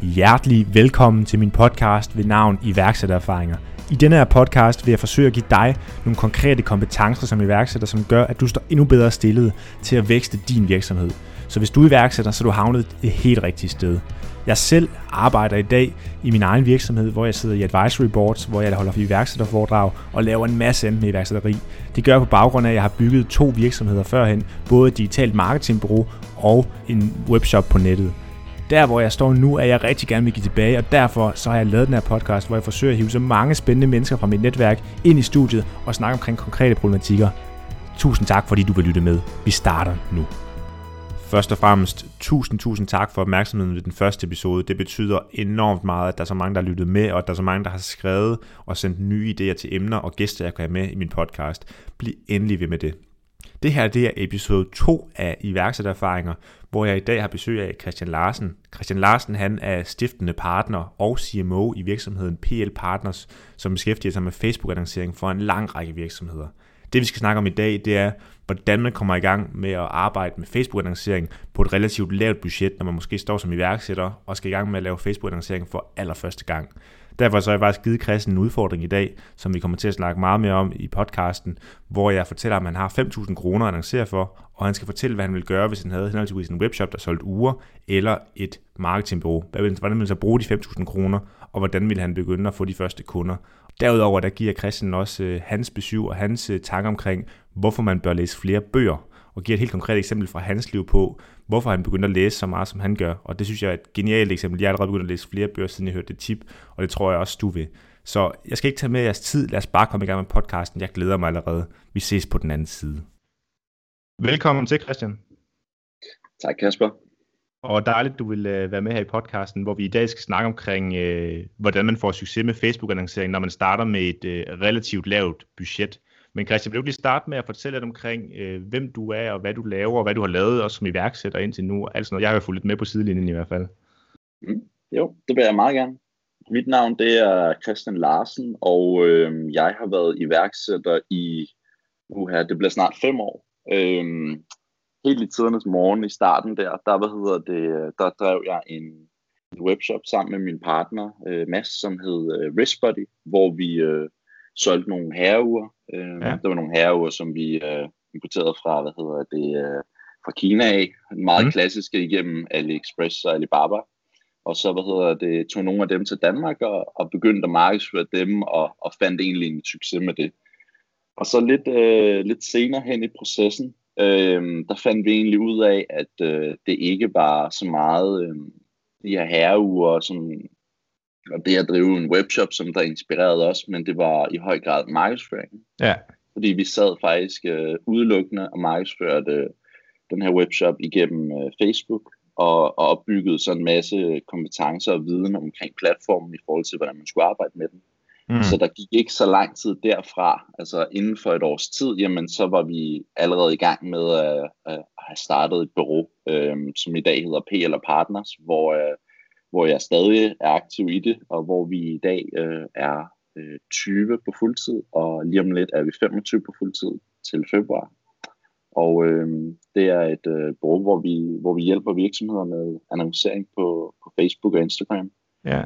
Hjertelig velkommen til min podcast ved navn Iværksættererfaringer. I denne her podcast vil jeg forsøge at give dig nogle konkrete kompetencer som iværksætter, som gør, at du står endnu bedre stillet til at vækste din virksomhed. Så hvis du er iværksætter, så er du havnet et helt rigtigt sted. Jeg selv arbejder i dag i min egen virksomhed, hvor jeg sidder i advisory boards, hvor jeg holder iværksætterforedrag og laver en masse andet med iværksætteri. Det gør jeg på baggrund af, at jeg har bygget 2 virksomheder førhen, både et digitalt marketingbureau og en webshop på nettet. Der hvor jeg står nu, er jeg rigtig gerne vil give tilbage, og derfor så har jeg lavet den her podcast, hvor jeg forsøger at hive så mange spændende mennesker fra mit netværk ind i studiet og snakke omkring konkrete problematikker. Tusind tak, fordi du vil lytte med. Vi starter nu. Først og fremmest, tusind tak for opmærksomheden ved den første episode. Det betyder enormt meget, at der er så mange, der har lyttet med, og at der er så mange, der har skrevet og sendt nye idéer til emner og gæster, jeg kan have med i min podcast. Bliv endelig ved med det. Det her det er episode 2 af iværksættererfaringer, hvor jeg i dag har besøg af Christian Larsen. Christian Larsen han er stiftende partner og CMO i virksomheden PL Partners, som beskæftiger sig med Facebook-annoncering for en lang række virksomheder. Det vi skal snakke om i dag, det er, hvordan man kommer i gang med at arbejde med Facebook-annoncering på et relativt lavt budget, når man måske står som iværksætter og skal i gang med at lave Facebook-annoncering for allerførste gang. Derfor så har jeg faktisk givet Christian en udfordring i dag, som vi kommer til at snakke meget mere om i podcasten, hvor jeg fortæller, at han har 5.000 kroner at annoncere for, og han skal fortælle, hvad han ville gøre, hvis han havde henholdsvis en webshop, der solgte uger, eller et marketingbureau. Hvordan ville han så bruge de 5.000 kroner, og hvordan ville han begynde at få de første kunder. Derudover der giver Christian også hans besøg og hans tanker omkring, hvorfor man bør læse flere bøger, og giver et helt konkret eksempel fra hans liv på, hvorfor han begynder at læse så meget, som han gør. Og det synes jeg er et genialt eksempel. Jeg har allerede begyndt at læse flere bøger, siden jeg hørte det tip, og det tror jeg også, du vil. Så jeg skal ikke tage med jeres tid. Lad os bare komme i gang med podcasten. Jeg glæder mig allerede. Vi ses på den anden side. Velkommen til, Christian. Tak, Kasper. Og dejligt, du vil være med her i podcasten, hvor vi i dag skal snakke omkring, hvordan man får succes med Facebook-annoncering, når man starter med et relativt lavt budget. Men Christian, vil du lige starte med at fortælle lidt omkring, hvem du er, og hvad du laver, og hvad du har lavet, også som iværksætter indtil nu? Altså noget, jeg har jo fulgt lidt med på sidelinjen i hvert fald. Jo, det vil jeg meget gerne. Mit navn det er Christian Larsen, og jeg har været iværksætter i, det bliver snart 5 år. Helt i tidernes morgen i starten der der drev jeg en webshop sammen med min partner, Mads, som hed Wristbody, hvor vi solgte nogle herreure. Det var nogle herreure, som vi importerede fra, fra Kina af. Meget klassiske igennem AliExpress og Alibaba. Og så, tog nogle af dem til Danmark og begyndte at markedsføre dem og fandt egentlig en succes med det. Og så lidt senere hen i processen, der fandt vi egentlig ud af, at det ikke var så meget de her herreure, og det at drive en webshop, som der inspirerede os, men det var i høj grad markedsføring. Ja. Fordi vi sad faktisk udelukkende og markedsførte den her webshop igennem Facebook, og opbyggede sådan en masse kompetencer og viden omkring platformen i forhold til, hvordan man skulle arbejde med den. Så der gik ikke så lang tid derfra, altså inden for et års tid, jamen så var vi allerede i gang med at have startet et bureau, som i dag hedder PL Partners, hvor jeg stadig er aktiv i det, og hvor vi i dag er 20 på fuldtid, og lige om lidt er vi 25 på fuldtid til februar. Og det er et bureau, hvor vi hjælper virksomheder med annoncering på Facebook og Instagram. Ja.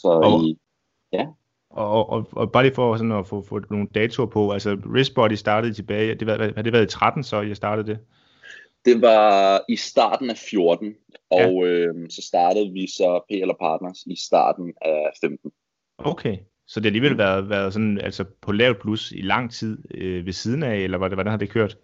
Ja. Og bare lige for sådan at få nogle datoer på, altså Wristbody startede tilbage, har det været i 13, så jeg startede det? Det var i starten af 14, og så startede vi så PL Partners i starten af 15. Okay, så det har alligevel været sådan, altså på lavt plus i lang tid ved siden af, eller hvordan har det kørt?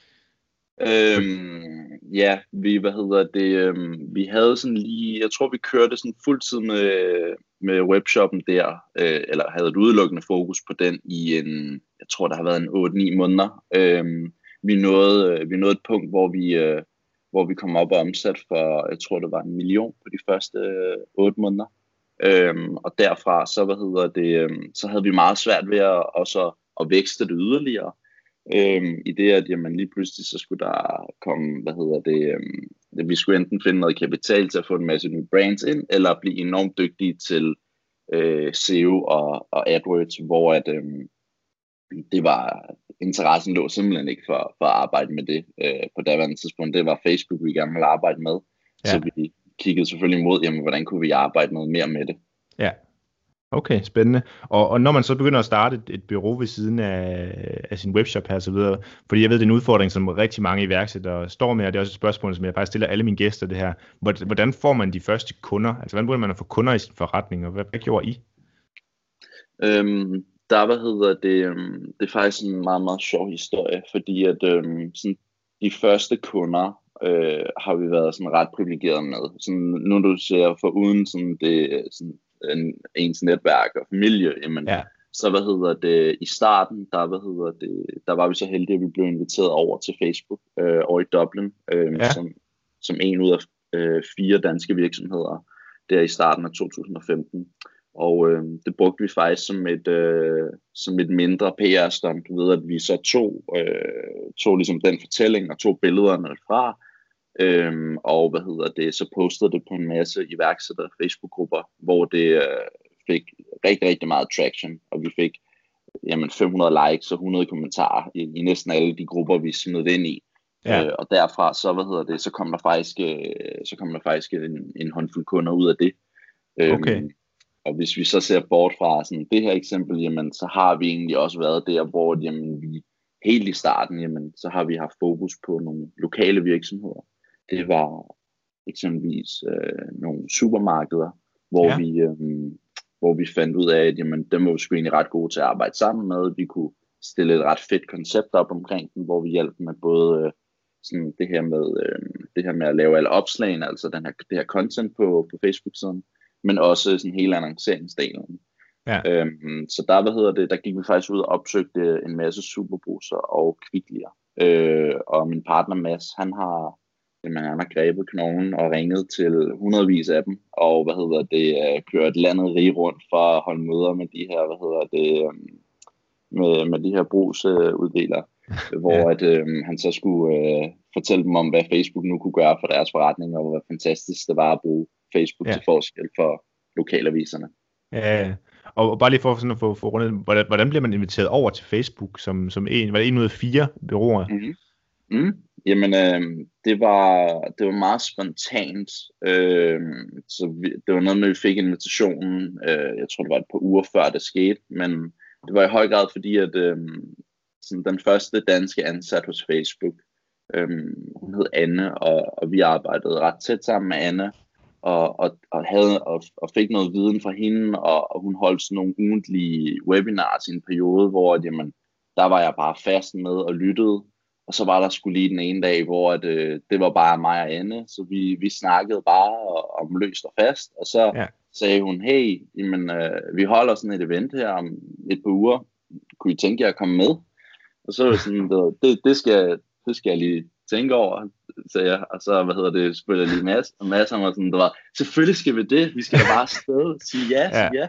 Ja, vi havde sådan lige, jeg tror vi kørte sådan fuldtid med webshoppen der, eller havde et udelukkende fokus på den i jeg tror der har været en 8-9 måneder. Vi nåede et punkt, hvor vi kom op og omsat for, jeg tror det var 1 million på de første 8 måneder. Og derfra så havde vi meget svært ved at vækste det yderligere. I det at jamen, lige pludselig så skulle der komme, vi skulle enten finde noget kapital til at få en masse nye brands ind, eller blive enormt dygtige til SEO og AdWords, hvor det var, interessen lå simpelthen ikke for at arbejde med det på daværende tidspunkt. Det var Facebook, vi gerne ville arbejde med, så vi kiggede selvfølgelig imod, jamen, hvordan kunne vi arbejde noget mere med det. Ja, okay, spændende. Og når man så begynder at starte et bureau ved siden af sin webshop her og så videre, fordi jeg ved, det er en udfordring, som rigtig mange iværksættere står med, og det er også et spørgsmål, som jeg faktisk stiller alle mine gæster det her. Hvordan får man de første kunder? Altså, hvordan begynder man at få kunder i sin forretning, og hvad gjorde I? Det er faktisk en meget, meget sjov historie, fordi at sådan, de første kunder har vi været sådan ret privilegeret med. Sådan, nu du ser for uden sådan det sådan ens netværk og familie, jamen, så i starten, der var vi så heldige, at vi blev inviteret over til Facebook over i Dublin, som en ud af 4 danske virksomheder, der i starten af 2015. Og det brugte vi faktisk som et mindre PR-stunt, ved at vi så tog ligesom den fortælling og tog billederne fra, og så postede det på en masse iværksættere Facebook-grupper, hvor det fik rigtig, rigtig meget traction, og vi fik 500 likes og 100 kommentarer i næsten alle de grupper, vi smed ind i. Og derfra så kom der faktisk en håndfuld kunder ud af det. Okay. Og hvis vi så ser bort fra sådan det her eksempel, jamen, så har vi egentlig også været der, hvor vi helt i starten, jamen, så har vi haft fokus på nogle lokale virksomheder. Det var eksempelvis nogle supermarkeder, hvor vi fandt ud af, at jamen, dem var vi sgu egentlig ret gode til at arbejde sammen med. Vi kunne stille et ret fedt koncept op omkring den, hvor vi hjalp med både sådan det her med at lave alle opslagene, altså det her content på Facebook-siden, men også sådan hele annonceringsdelen. Ja. Så der gik vi faktisk ud og opsøgte en masse Superbrugser og Kvicklier. Og min partner Mads, han har grebet knoglen og ringet til hundredvis af dem, og kørt landet rige rundt for at holde møder med de her, med de her brugsuddelere, hvor han så skulle fortælle dem om, hvad Facebook nu kunne gøre for deres forretning, og hvor fantastisk det var at bruge Facebook til forskel for lokalaviserne. Ja, og bare lige for sådan at få rundet, hvordan bliver man inviteret over til Facebook som en? Var det 1 ud af 4 bureauer? Jamen, det var meget spontant. Så det var noget med, at vi fik invitationen. Jeg tror, det var et par uger før det skete, men det var i høj grad fordi, at sådan den første danske ansat hos Facebook, hun hed Anne, og vi arbejdede ret tæt sammen med Anne, og fik noget viden fra hende, og hun holdt sådan nogle ugentlige webinars i en periode, hvor der var jeg bare fast med og lyttede, og så var der sgu lige den ene dag, hvor det var bare mig og Anne, så vi snakkede bare om løst og fast, og så sagde hun, hey, vi holder sådan et event her om et par uger, kunne I tænke jer at komme med? Og så var det sådan, det skal jeg lige tænke over, sagde jeg, og så, spurgte jeg lige Mads om, og sådan, selvfølgelig skal vi det, vi skal da bare afsted, sige ja.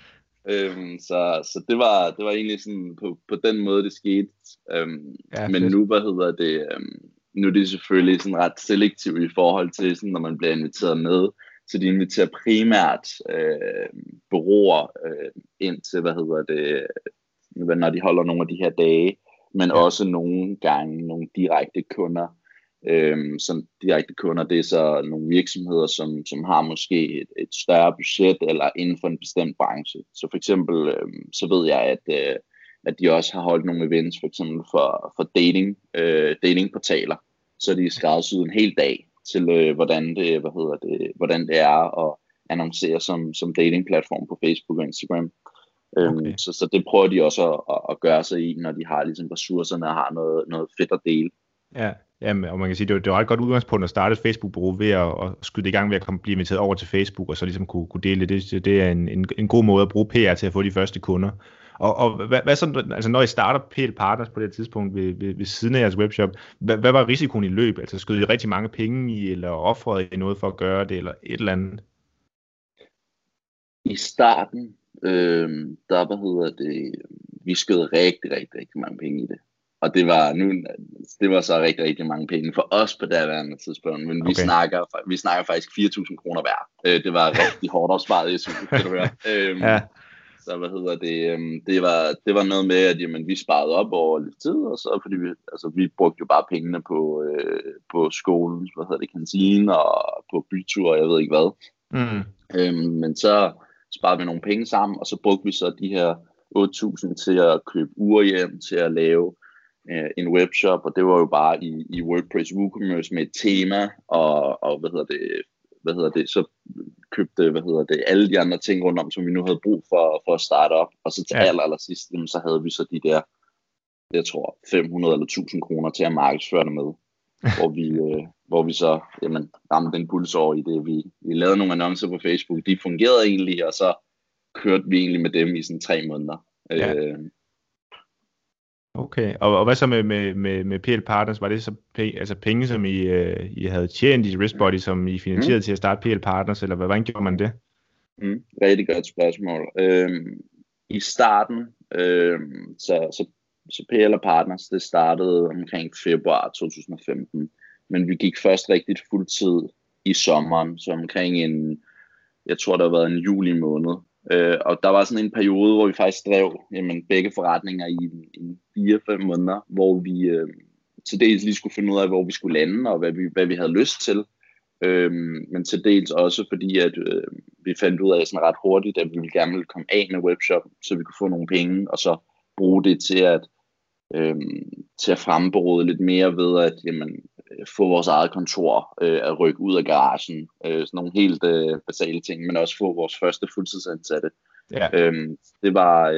Så det var egentlig sådan, på den måde, det skete, men nu, nu er det selvfølgelig sådan ret selektivt i forhold til, sådan, når man bliver inviteret med, så de inviterer primært bureauer ind til, når de holder nogle af de her dage, men også nogle gange nogle direkte kunder. Som direkte kunder, det er så nogle virksomheder, som har måske et større budget eller inden for en bestemt branche. Så for eksempel, så ved jeg, at de også har holdt nogle events, for eksempel for datingportaler. Så de skræddersyet en hel dag til, hvordan det er at annoncere som datingplatform på Facebook og Instagram. Okay. Så det prøver de også at gøre sig i, når de har ligesom ressourcerne og har noget fedt at dele. Ja, og man kan sige, det er ret godt udgangspunkt at starte et Facebook-bureau ved at skyde det i gang ved at blive inviteret over til Facebook, og så ligesom kunne dele det. Det er en god måde at bruge PR til at få de første kunder. Og hvad så, altså når I starter PL Partners på det tidspunkt ved siden af jeres webshop, hvad var risikoen i løb? Altså skød I rigtig mange penge i, eller offrede I noget for at gøre det, eller et eller andet? I starten, vi skød rigtig, rigtig, rigtig mange penge i det. Og det var så rigtig, rigtig mange penge for os på daværende tidspunkt, men okay. vi snakker faktisk 4.000 kroner hver. Det var rigtig hårdt opsparet, kan du høre. Så det var noget med, at jamen, vi sparede op over lidt tid, og så fordi vi brugte jo bare pengene på skolens, kantine og på byture, og jeg ved ikke hvad. Men så sparede vi nogle penge sammen, og så brugte vi så de her 8.000 til at købe uger hjem, til at lave en webshop, og det var jo bare i WordPress WooCommerce med et tema, og så købte alle de andre ting rundt om, som vi nu havde brug for at starte op, og så til allersidst, så havde vi så de der, jeg tror 500 eller 1000 kroner til at markedsføre det med, hvor vi så ramte den puls over i det. Vi lavede nogle annoncer på Facebook, de fungerede egentlig, og så kørte vi egentlig med dem i sådan 3 måneder. Okay, og hvad så med PL Partners? Var det så penge, som I havde tjent i Riskbody, som I finansierede til at starte PL Partners, eller hvordan gjorde man det? Rigtig godt spørgsmål. I starten, så PL Partners, det startede omkring februar 2015, men vi gik først rigtig fuldtid i sommeren, så omkring jeg tror, der har været en juli måned. Og der var sådan en periode, hvor vi faktisk drev begge forretninger i 4-5 måneder, hvor vi til dels lige skulle finde ud af, hvor vi skulle lande, og hvad vi havde lyst til. Men til dels også fordi, at vi fandt ud af sådan ret hurtigt, at vi ville gerne komme af med webshop, så vi kunne få nogle penge, og så bruge det til at fremberede lidt mere ved at få vores eget kontor, at rykke ud af garagen, sådan nogle helt basale ting, men også få vores første fuldtidsansatte. Det var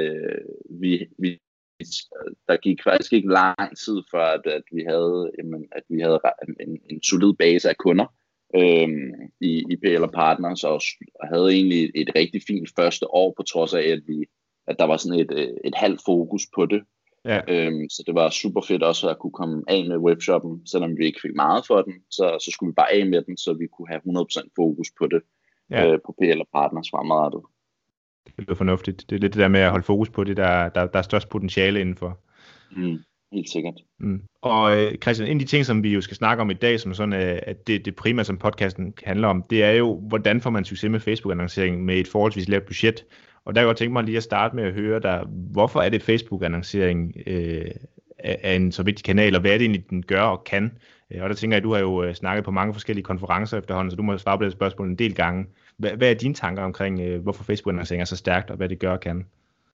der gik faktisk ikke lang tid før at vi havde en solid base af kunder i PL Partners, og havde egentlig et rigtig fint første år, på trods af at der var sådan et halvt fokus på det. Så det var super fedt også at kunne komme af med webshoppen, selvom vi ikke fik meget for den, så skulle vi bare af med den, så vi kunne have 100% fokus på det, på PL Partners fremadrettet. Det lyder fornuftigt. Det er lidt det der med at holde fokus på det, der er størst potentiale indenfor. Helt sikkert. Og Christian, en af de ting, som vi jo skal snakke om i dag, som sådan, at det primært, som podcasten handler om, det er jo, hvordan får man succes med Facebook-annoncering med et forholdsvis lavt budget. Og der kan jeg godt tænke mig lige at starte med at høre dig, hvorfor er det Facebook-annoncering er en så vigtig kanal, og hvad er det egentlig, den gør og kan? Og der tænker jeg, at du har jo snakket på mange forskellige konferencer efterhånden, så du må svare på det spørgsmål en del gange. Hvad er dine tanker omkring, hvorfor Facebook-annoncering er så stærkt, og hvad det gør og kan?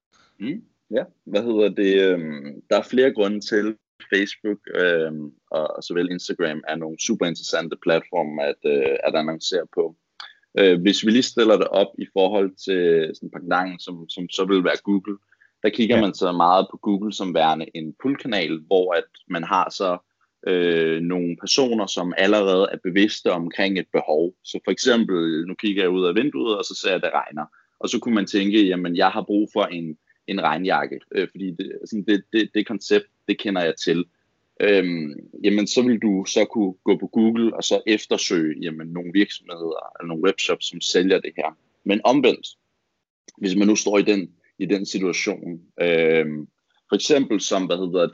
Der er flere grunde til Facebook og såvel Instagram er nogle super interessante platforme at annoncere på. Hvis vi lige stiller det op i forhold til sådan en pangdang, som så vil være Google, der kigger man så meget på Google som værende en pull-kanal, hvor at man har så nogle personer, som allerede er bevidste omkring et behov. Så for eksempel, nu kigger jeg ud af vinduet, og så ser jeg, at det regner. Og så kunne man tænke, jamen jeg har brug for en regnjakke, fordi det koncept, det kender jeg til. Jamen så vil du så kunne gå på Google og så eftersøge nogle virksomheder eller nogle webshops, som sælger det her. Men omvendt, hvis man nu står i den situation, for eksempel som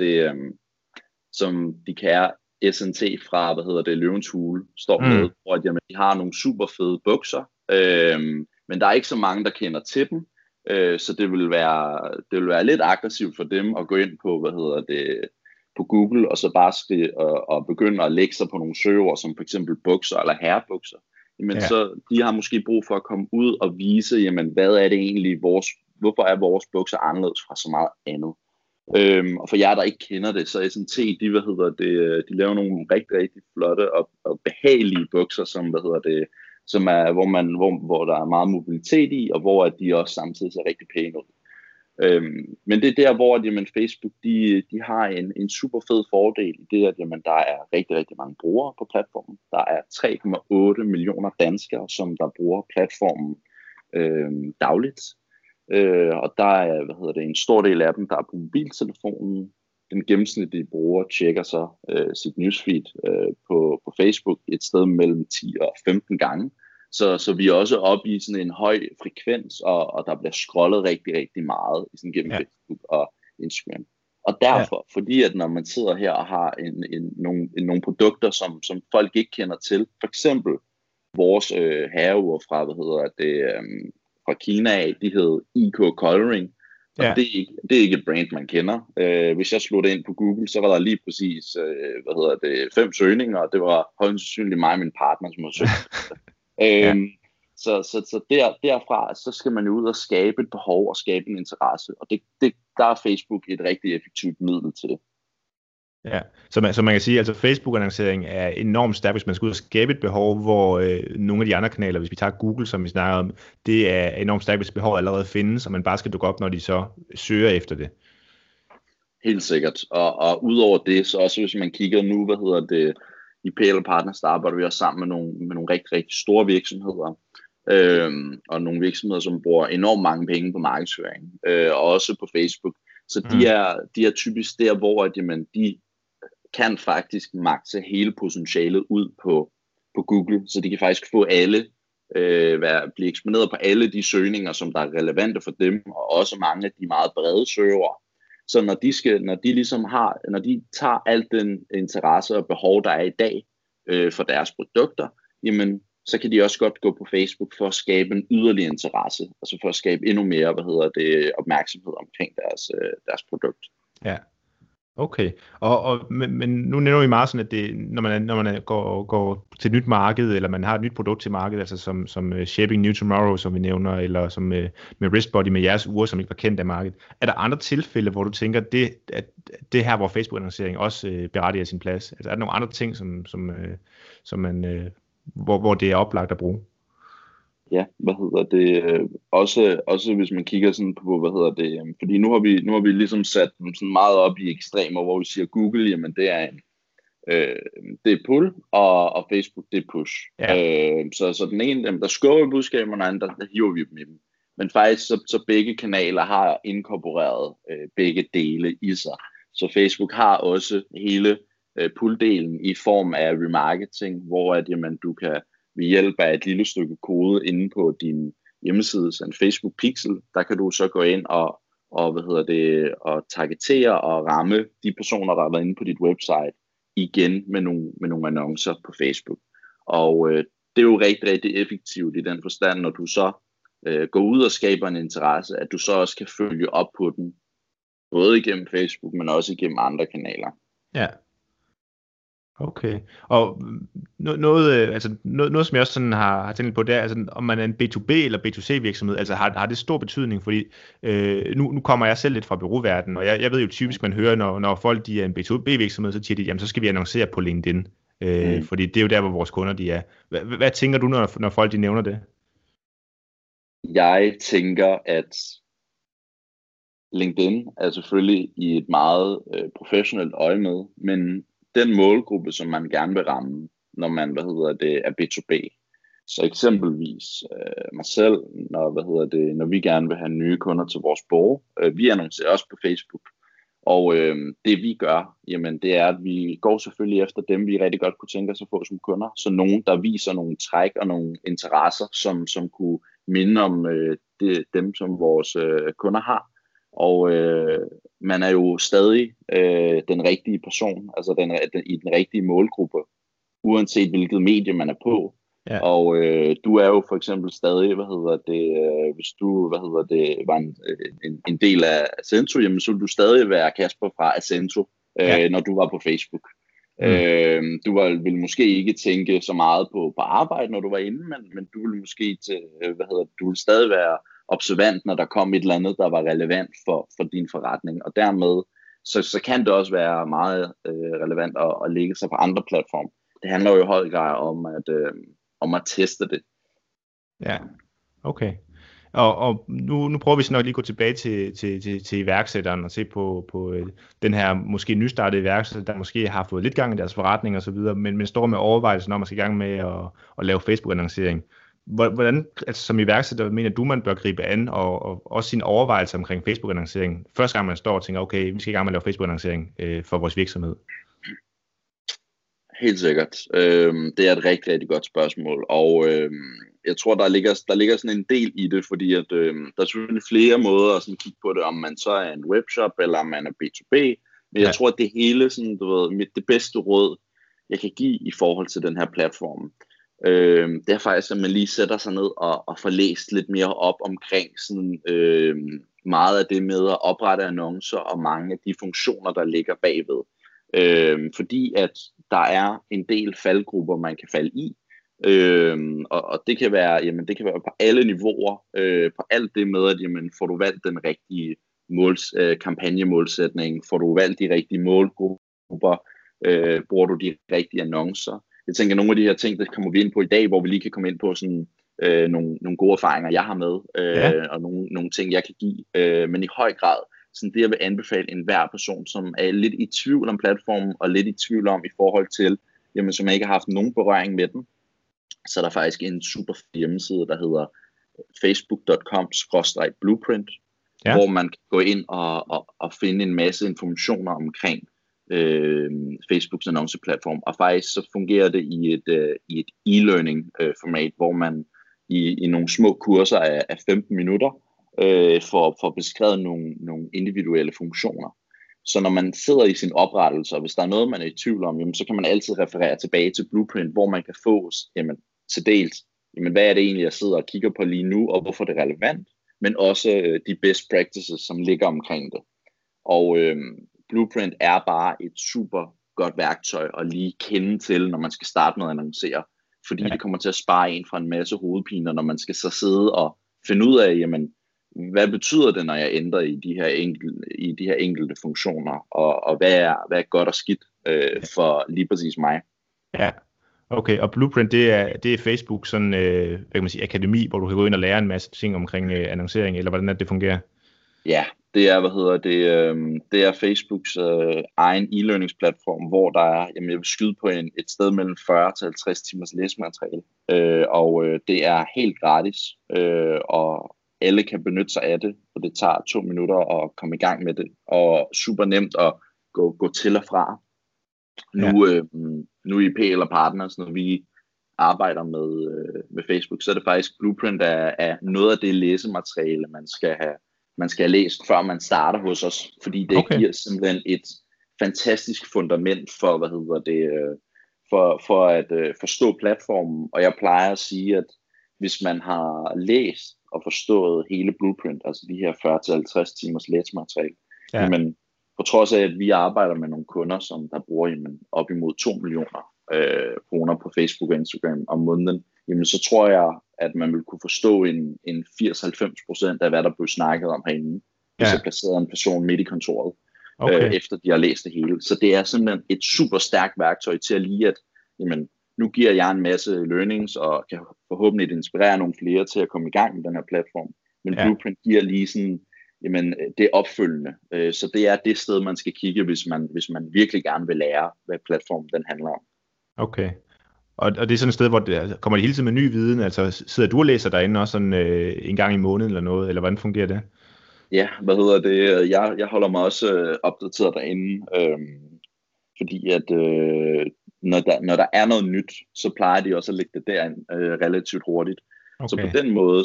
som de kære SNT fra Løvens Hule står med, hvor at, de har nogle super fede bukser, men der er ikke så mange, der kender til dem. Så det vil være lidt aggressivt for dem at gå ind på på Google og så bare skrive og begynde at lægge sig på nogle søgeord som for eksempel bukser eller herrebukser. Men så de har måske brug for at komme ud og vise, jamen hvad er det egentlig hvorfor er vores bukser anderledes fra så meget andet. Og for jer der ikke kender det, så SNT de laver nogle rigtig rigtig flotte og behagelige bukser, som er hvor der er meget mobilitet i, og hvor at de også samtidig ser rigtig pæne ud. Men det er der, hvor Facebook de har en super fed fordel i det, at der er rigtig, rigtig mange brugere på platformen. Der er 3,8 millioner danskere, som der bruger platformen dagligt. Og der er en stor del af dem, der er på mobiltelefonen. Den gennemsnitlige bruger tjekker så sit newsfeed på Facebook et sted mellem 10 og 15 gange. Så vi er også oppe i sådan en høj frekvens, og der bliver scrollet rigtig, rigtig meget sådan gennem Facebook og Instagram. Og derfor, fordi at når man sidder her og har nogle produkter, som folk ikke kender til, for eksempel vores herreure fra Kina af, de hed IK Coloring, og Ja. det er ikke et brand, man kender. Hvis jeg slog det ind på Google, så var der lige præcis 5 søgninger, og det var højst sandsynligt mig og min partner, som havde søgt. Ja. Så derfra, så skal man jo ud og skabe et behov og skabe en interesse, og der er Facebook et rigtig effektivt middel til det. Ja, så man kan sige, at altså Facebook-annoncering er enormt stærk, hvis man skal ud og skabe et behov, hvor nogle af de andre kanaler, hvis vi tager Google, som vi snakker om, det er enormt stærkt, hvis behovet allerede findes, og man bare skal dukke op, når de så søger efter det. Helt sikkert, og udover det, så også hvis man kigger nu, i PL Partners, der arbejder vi også sammen med nogle rigtig, rigtig store virksomheder, og nogle virksomheder, som bruger enormt mange penge på markedsføring, og også på Facebook. Så de er typisk der, hvor de kan faktisk makse hele potentialet ud på Google, så de kan faktisk få alle, blive eksponeret på alle de søgninger, som der er relevante for dem, og også mange af de meget brede søgere. Så når de tager al den interesse og behov, der er i dag for deres produkter, jamen, så kan de også godt gå på Facebook for at skabe en yderligere interesse, altså for at skabe endnu mere, opmærksomhed omkring deres produkt. Ja, okay. Men nu nævner vi meget sådan, at det, når man går til et nyt marked, eller man har et nyt produkt til markedet, altså som Shaping New Tomorrow, som vi nævner, eller som med Wristbody, med jeres ure, som ikke var kendt af markedet. Er der andre tilfælde, hvor du tænker, at det her, hvor Facebook-annoncering også berettiger sin plads? Altså er der nogle andre ting, hvor det er oplagt at bruge? Ja, også hvis man kigger sådan på, fordi nu har vi ligesom sat dem sådan meget op i ekstremer, hvor vi siger Google, jamen det er det er pull, og Facebook det er push. Ja. Så den ene, der skubber budskaberne, og den anden, der hiver vi dem i dem. Men faktisk så begge kanaler har inkorporeret begge dele i sig. Så Facebook har også hele pull-delen i form af remarketing, hvor du kan ved hjælp af et lille stykke kode inde på din hjemmeside, så en Facebook Pixel, der kan du så gå ind og targetere og ramme de personer, der har været inde på dit website, igen med nogle annoncer på Facebook. Og det er jo rigtig, rigtig effektivt i den forstand, når du så går ud og skaber en interesse, at du så også kan følge op på den, både igennem Facebook, men også igennem andre kanaler. Ja. Okay. Og noget, som jeg også sådan har tænkt på, det er, altså, om man er en B2B eller B2C virksomhed, altså har det stor betydning, fordi nu kommer jeg selv lidt fra bureauverdenen, og jeg ved jo typisk, man hører, når folk de er en B2B virksomhed, så siger de, jamen så skal vi annoncere på LinkedIn, fordi det er jo der, hvor vores kunder de er. Hvad tænker du, når folk de nævner det? Jeg tænker, at LinkedIn er selvfølgelig i et meget professionelt øje med, men den målgruppe, som man gerne vil ramme, når man er B2B. Så eksempelvis mig selv, når vi gerne vil have nye kunder til vores bureau, vi annoncerer også på Facebook. Og det vi gør, jamen det er, at vi går selvfølgelig efter dem, vi rigtig godt kunne tænke os at få som kunder. Så nogen, der viser nogle træk og nogle interesser, som kunne minde om dem, som vores kunder har. Og man er jo stadig den rigtige person, altså i den rigtige målgruppe, uanset hvilket medie man er på. Ja. Og du er jo for eksempel stadig, hvis du var en del af Ascento, jamen, så vil du stadig være Kasper fra Ascento, når du var på Facebook. Du vil måske ikke tænke så meget på arbejde, når du var inde, men du vil måske du vil stadig være observant, når der kom et eller andet, der var relevant for din forretning, og dermed så kan det også være meget relevant at lægge sig på andre platforme. Det handler jo i høj grad om at teste det. Ja, okay. Og nu prøver vi så nok lige at gå tilbage til iværksætteren og se på den her måske nystartede iværksætter, der måske har fået lidt gang i deres forretning og så videre, men står med overvejelsen om at skal i gang med at lave Facebook-annoncering. Hvordan, altså som iværksætter, mener du, man bør gribe an, og også sine overvejelser omkring Facebook-annoncering, første gang man står og tænker, okay, vi skal i gang med at lave Facebook-annoncering for vores virksomhed? Helt sikkert. Det er et rigtig, rigtig godt spørgsmål, og jeg tror, der ligger sådan en del i det, fordi at, der er selvfølgelig flere måder at sådan kigge på det, om man så er en webshop, eller om man er B2B, men jeg tror, at det hele, sådan, det bedste råd, jeg kan give i forhold til den her platform, Det er faktisk, at man lige sætter sig ned og får læst lidt mere op omkring sådan, meget af det med at oprette annoncer og mange af de funktioner, der ligger bagved. Fordi at der er en del faldgrupper, man kan falde i, og det kan være, det kan være på alle niveauer, på alt det med, at får du valgt den rigtige kampagnemålsætning, får du valgt de rigtige målgrupper, bruger du de rigtige annoncer. Jeg tænker, nogle af de her ting, der kommer vi ind på i dag, hvor vi lige kan komme ind på sådan nogle gode erfaringer, jeg har med, og nogle ting, jeg kan give, men i høj grad sådan det, jeg vil anbefale enhver person, som er lidt i tvivl om platformen, og lidt i tvivl om i forhold til, som ikke har haft nogen berøring med den, så er der faktisk en super hjemmeside, der hedder facebook.com/blueprint, hvor man kan gå ind og finde en masse informationer omkring Facebooks annonceplatform, og faktisk så fungerer det i et e-learning format, hvor man i nogle små kurser af 15 minutter får beskrevet nogle individuelle funktioner. Så når man sidder i sin oprettelse, og hvis der er noget, man er i tvivl om, så kan man altid referere tilbage til Blueprint, hvor man kan få til dels, hvad er det egentlig, jeg sidder og kigger på lige nu, og hvorfor det er relevant, men også de best practices, som ligger omkring det. Og Blueprint er bare et super godt værktøj at lige kende til, når man skal starte med at annoncere, fordi det kommer til at spare en fra en masse hovedpiner, når man skal så sidde og finde ud af, hvad betyder det, når jeg ændrer i de her enkelte funktioner, og hvad er godt og skidt for lige præcis mig. Ja. Okay, og Blueprint, det er Facebook sådan, hvad kan man sige, akademi, hvor du kan gå ind og lære en masse ting omkring annoncering, eller hvordan det fungerer? Ja, det er, det er Facebooks egen e-learningsplatform, hvor der er, jeg vil skyde på et sted mellem 40 til 50 timers læsemateriale, og det er helt gratis, og alle kan benytte sig af det, og det tager 2 minutter at komme i gang med det, og super nemt at gå til og fra. Nu i PL og Partners, når vi arbejder med Facebook, så er det faktisk Blueprint af noget af det læsemateriale, man skal have læst, før man starter hos os, fordi det giver simpelthen et fantastisk fundament for, for at forstå platformen, og jeg plejer at sige, at hvis man har læst og forstået hele Blueprint, altså de her 40-50 timers læsemateriale, men på trods af, at vi arbejder med nogle kunder, som der bruger op imod 2 millioner kroner på Facebook og Instagram om måneden, så tror jeg, at man vil kunne forstå en 80-90% af, hvad der blev snakket om herinde, hvis jeg placerede en person midt i kontoret, efter de har læst det hele. Så det er simpelthen et super stærkt værktøj til at lige at, nu giver jeg en masse learnings, og kan forhåbentlig inspirere nogle flere til at komme i gang med den her platform. Men Blueprint giver lige sådan, det opfølgende. Så det er det sted, man skal kigge, hvis man virkelig gerne vil lære, hvad platformen den handler om. Okay. Og det er sådan et sted, hvor det kommer hele tiden med ny viden, altså sidder du og læser derinde også sådan en gang i måneden eller noget, eller hvordan fungerer det? Ja, jeg holder mig også opdateret derinde, fordi at når der er noget nyt, så plejer de også at lægge det derind relativt hurtigt. Så på den måde,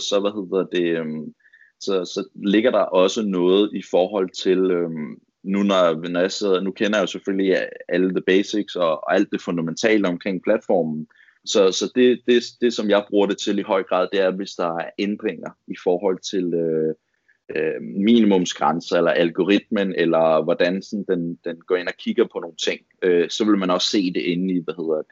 så ligger der også noget i forhold til, når jeg sidder, nu kender jeg jo selvfølgelig alle the basics og alt det fundamentale omkring platformen, så det som jeg bruger det til i høj grad, det er, hvis der er ændringer i forhold til minimumsgrænser eller algoritmen, eller hvordan sådan den går ind og kigger på nogle ting, så vil man også se det inde i,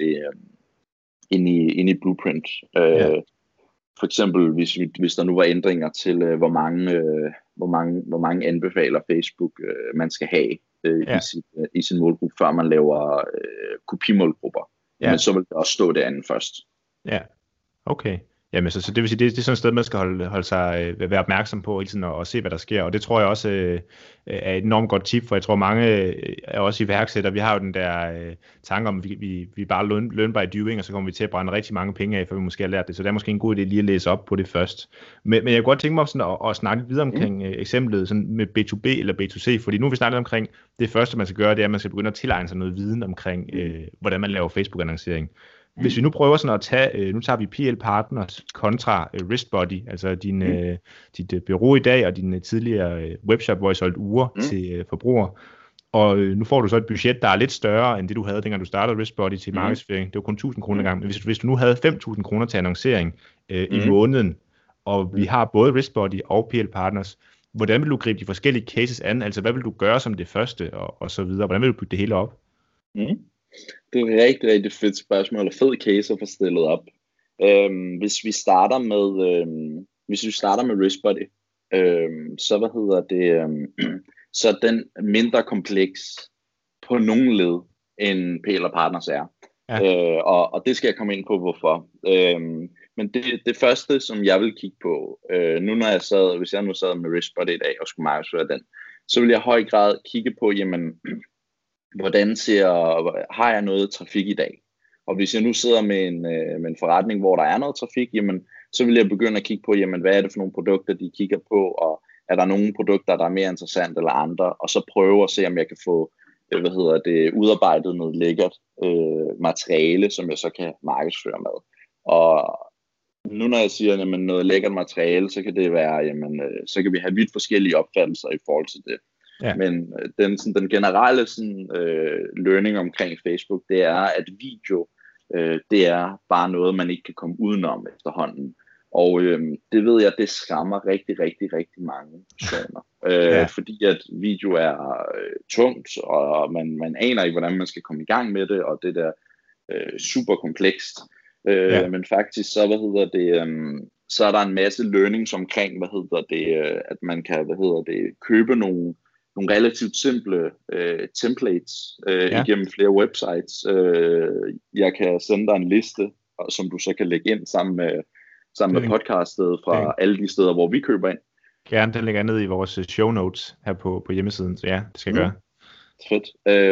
inde i Blueprint. For eksempel, hvis der nu var ændringer til, hvor mange anbefaler Facebook, man skal have i sin målgruppe, før man laver kopimålgrupper. Men så vil det også stå derinde først. Ja, okay. Jamen, så det vil sige, det er sådan et sted, man skal være opmærksom på hele tiden og se, hvad der sker. Og det tror jeg også er et enormt godt tip, for jeg tror mange er også iværksættere. Vi har jo den der tanke om, at vi bare learn by doing, og så kommer vi til at brænde rigtig mange penge af, før vi måske har lært det. Så det er måske en god idé lige at læse op på det først. Men jeg kunne godt tænke mig sådan at snakke lidt videre omkring eksemplet sådan med B2B eller B2C, fordi nu har vi snakket omkring det første, man skal gøre, det er, at man skal begynde at tilegne sig noget viden omkring, hvordan man laver Facebook-annoncering. Hvis vi nu prøver sådan at tage, nu tager vi PL Partners kontra Wristbody, altså dit bureau i dag og din tidligere webshop, hvor I solgte uger til forbrugere. Og nu får du så et budget, der er lidt større, end det du havde, dengang du startede Wristbody til markedsføring. Det var kun 1.000 kroner gang. Men hvis du nu havde 5.000 kroner til annoncering i måneden, og vi har både Wristbody og PL Partners, hvordan vil du gribe de forskellige cases an? Altså, hvad vil du gøre som det første, og så videre? Hvordan vil du bygge det hele op? Det er et rigtig, rigtig fedt spørgsmål, og fed case at få stillet op. Hvis vi starter med Wristbody, så er den mindre kompleks på nogen led, end PL Partners er. Ja. Og det skal jeg komme ind på, hvorfor. Men det første, som jeg vil kigge på, hvis jeg nu sad med Wristbody i dag og skulle markedsføre den, så vil jeg i høj grad kigge på, jamen, har jeg noget trafik i dag? Og hvis jeg nu sidder med en forretning, hvor der er noget trafik, jamen, så vil jeg begynde at kigge på, jamen, hvad er det for nogle produkter, de kigger på, og er der nogle produkter, der er mere interessante eller andre, og så prøve at se, om jeg kan få udarbejdet noget lækkert materiale, som jeg så kan markedsføre med. Og nu når jeg siger, jamen, noget lækkert materiale, så kan det være, jamen, så kan vi have vidt forskellige opfattelser i forhold til det. Ja. Men den generelle learning omkring Facebook, det er, at video, det er bare noget, man ikke kan komme udenom efterhånden. Og det ved jeg, det skræmmer rigtig, rigtig, rigtig mange personer. Fordi at video er tungt, og man aner ikke, hvordan man skal komme i gang med det, og det der super komplekst. Men faktisk, så er der en masse learnings omkring, at man kan, købe nogle relativt simple templates igennem flere websites. Jeg kan sende dig en liste, som du så kan lægge ind sammen med podcastet fra alle de steder, hvor vi køber ind. Gerne, den ligger ned i vores show notes her på hjemmesiden, så ja, det skal jeg gøre. Fedt.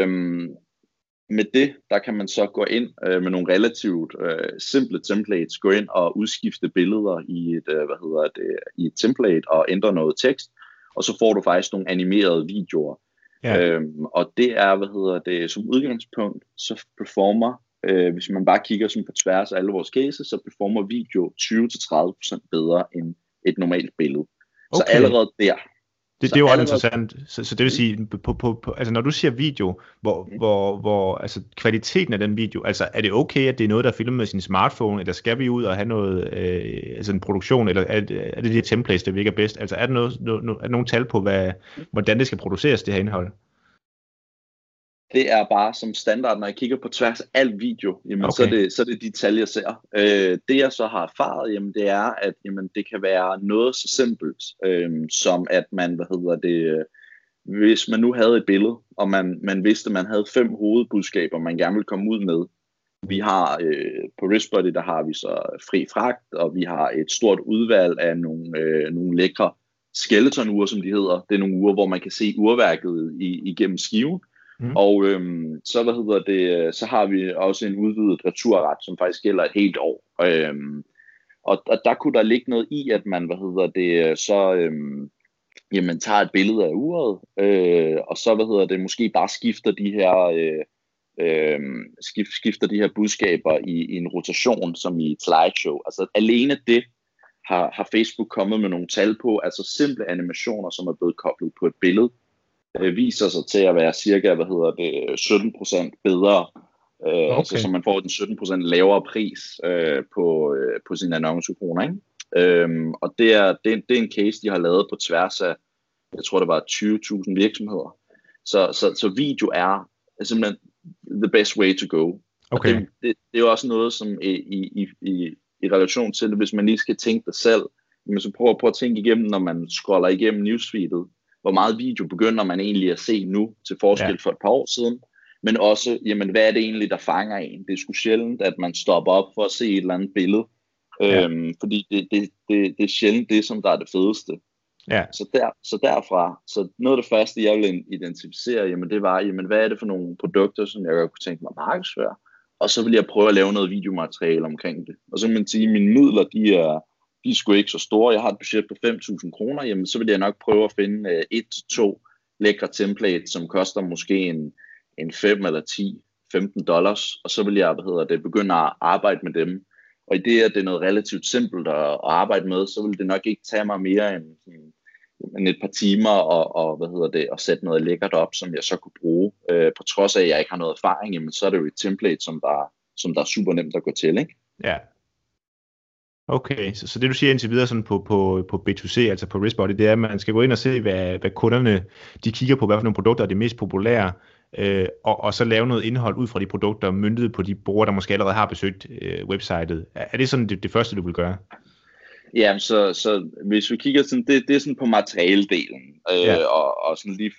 Med det, der kan man så gå ind med nogle relativt simple templates, gå ind og udskifte billeder i et template og ændre noget tekst, og så får du faktisk nogle animerede videoer. Ja. Og det er, som udgangspunkt, så performer, hvis man bare kigger sådan på tværs af alle vores cases, så performer video 20-30% bedre end et normalt billede. Okay. Så allerede der. Det er jo også interessant. Så det vil sige, altså når du siger video, hvor altså kvaliteten af den video, altså er det okay, at det er noget, der er filmet med sin smartphone, eller skal vi ud og have noget, altså en produktion, eller er det de templates, der virker bedst? Altså er der nogle tal på, hvordan det skal produceres, det her indhold? Det er bare som standard, når jeg kigger på tværs af al video, jamen, okay. så er det de tal, jeg ser. Det jeg så har erfaret, jamen, det er, at jamen, det kan være noget så simpelt, som at man, hvis man nu havde et billede, og man vidste, at man havde 5 hovedbudskaber, man gerne vil komme ud med. Vi har på Wristbody, der har vi så fri fragt, og vi har et stort udvalg af nogle lækre skeleton-ure, som de hedder. Det er nogle uger, hvor man kan se urværket igennem skiven. Og så har vi også en udvidet returret, som faktisk gælder et helt år. Og der kunne der ligge noget i, at man tager et billede af uret, og så måske bare skifter de her budskaber i en rotation, som i et slideshow. Altså alene det har Facebook kommet med nogle tal på, altså simple animationer, som er blevet koblet på et billede, viser sig til at være cirka 17% bedre, altså, så man får en 17% lavere pris på sine annoncekroner, ikke? Og det er en case, de har lavet på tværs af, jeg tror det var 20.000 virksomheder. Så video er simpelthen the best way to go. Okay. Det er jo også noget, som i relation til, hvis man lige skal tænke det selv, men så prøv at tænke igennem, når man scroller igennem newsfeedet, hvor meget video begynder man egentlig at se nu, til forskel for et par år siden, men også, jamen, hvad er det egentlig, der fanger en? Det er sgu sjældent, at man stopper op for at se et eller andet billede, fordi det er sjældent det, som der er det fedeste. Ja. Så derfra, så noget af det første, jeg ville identificere, jamen, det var, jamen, hvad er det for nogle produkter, som jeg godt kunne tænke mig at markedsføre, og så vil jeg prøve at lave noget videomateriale omkring det. Og så kan man sige, at mine midler, de er sgu ikke så store. Jeg har et budget på 5.000 kroner, jamen så vil jeg nok prøve at finde 1-2 lækre templates, som koster måske en 5 eller 10, $15, og så vil jeg begynde at arbejde med dem. Og i det, at det er noget relativt simpelt at arbejde med, så vil det nok ikke tage mig mere end et par timer og sætte noget lækkert op, som jeg så kunne bruge. På trods af, at jeg ikke har noget erfaring, jamen, så er det jo et template, som der er super nemt at gå til, ikke? Ja. Okay, så det du siger indtil videre sådan på B2C, altså på Wristbody, det er, at man skal gå ind og se, hvad kunderne de kigger på, hvad for nogle produkter er det mest populære, og så lave noget indhold ud fra de produkter, møntet på de brugere, der måske allerede har besøgt websitet. Er det sådan det første, du vil gøre? Ja, så hvis vi kigger sådan, det er sådan på materialedelen, og sådan lige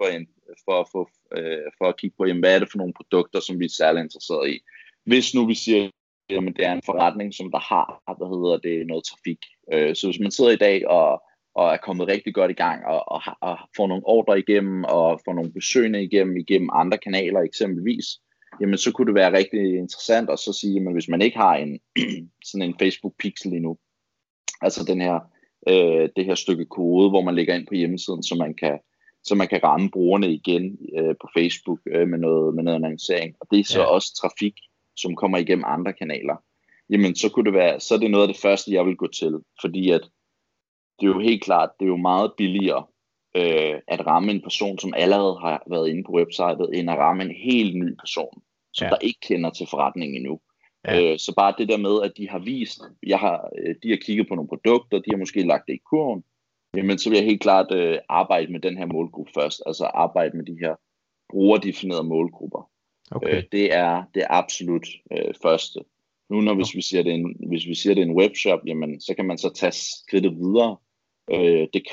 for at kigge på, jamen, hvad er det for nogle produkter, som vi er særlig interesseret i. Hvis nu vi siger, jamen det er en forretning, som der har, noget trafik. Så hvis man sidder i dag og er kommet rigtig godt i gang, og får nogle ordre igennem, og får nogle besøgende igennem andre kanaler eksempelvis, jamen så kunne det være rigtig interessant at så sige, at hvis man ikke har sådan en Facebook pixel endnu, altså det her stykke kode, hvor man lægger ind på hjemmesiden, så man kan ramme brugerne igen på Facebook med noget annoncering. Og det er så også trafik, som kommer igennem andre kanaler. Jamen så kunne det være, så er det noget af det første, jeg vil gå til, fordi at det er jo helt klart, det er jo meget billigere at ramme en person, som allerede har været inde på websitet, end at ramme en helt ny person, som der ikke kender til forretningen endnu. Ja. Så bare det der med, at de har vist, de har kigget på nogle produkter, de har måske lagt det i kurven, jamen så vil jeg helt klart arbejde med den her målgruppe først, altså arbejde med de her brugerdefinerede målgrupper. Okay. Det er absolut første. Nu hvis vi siger det er en webshop, jamen så kan man så tage skridtet videre. Det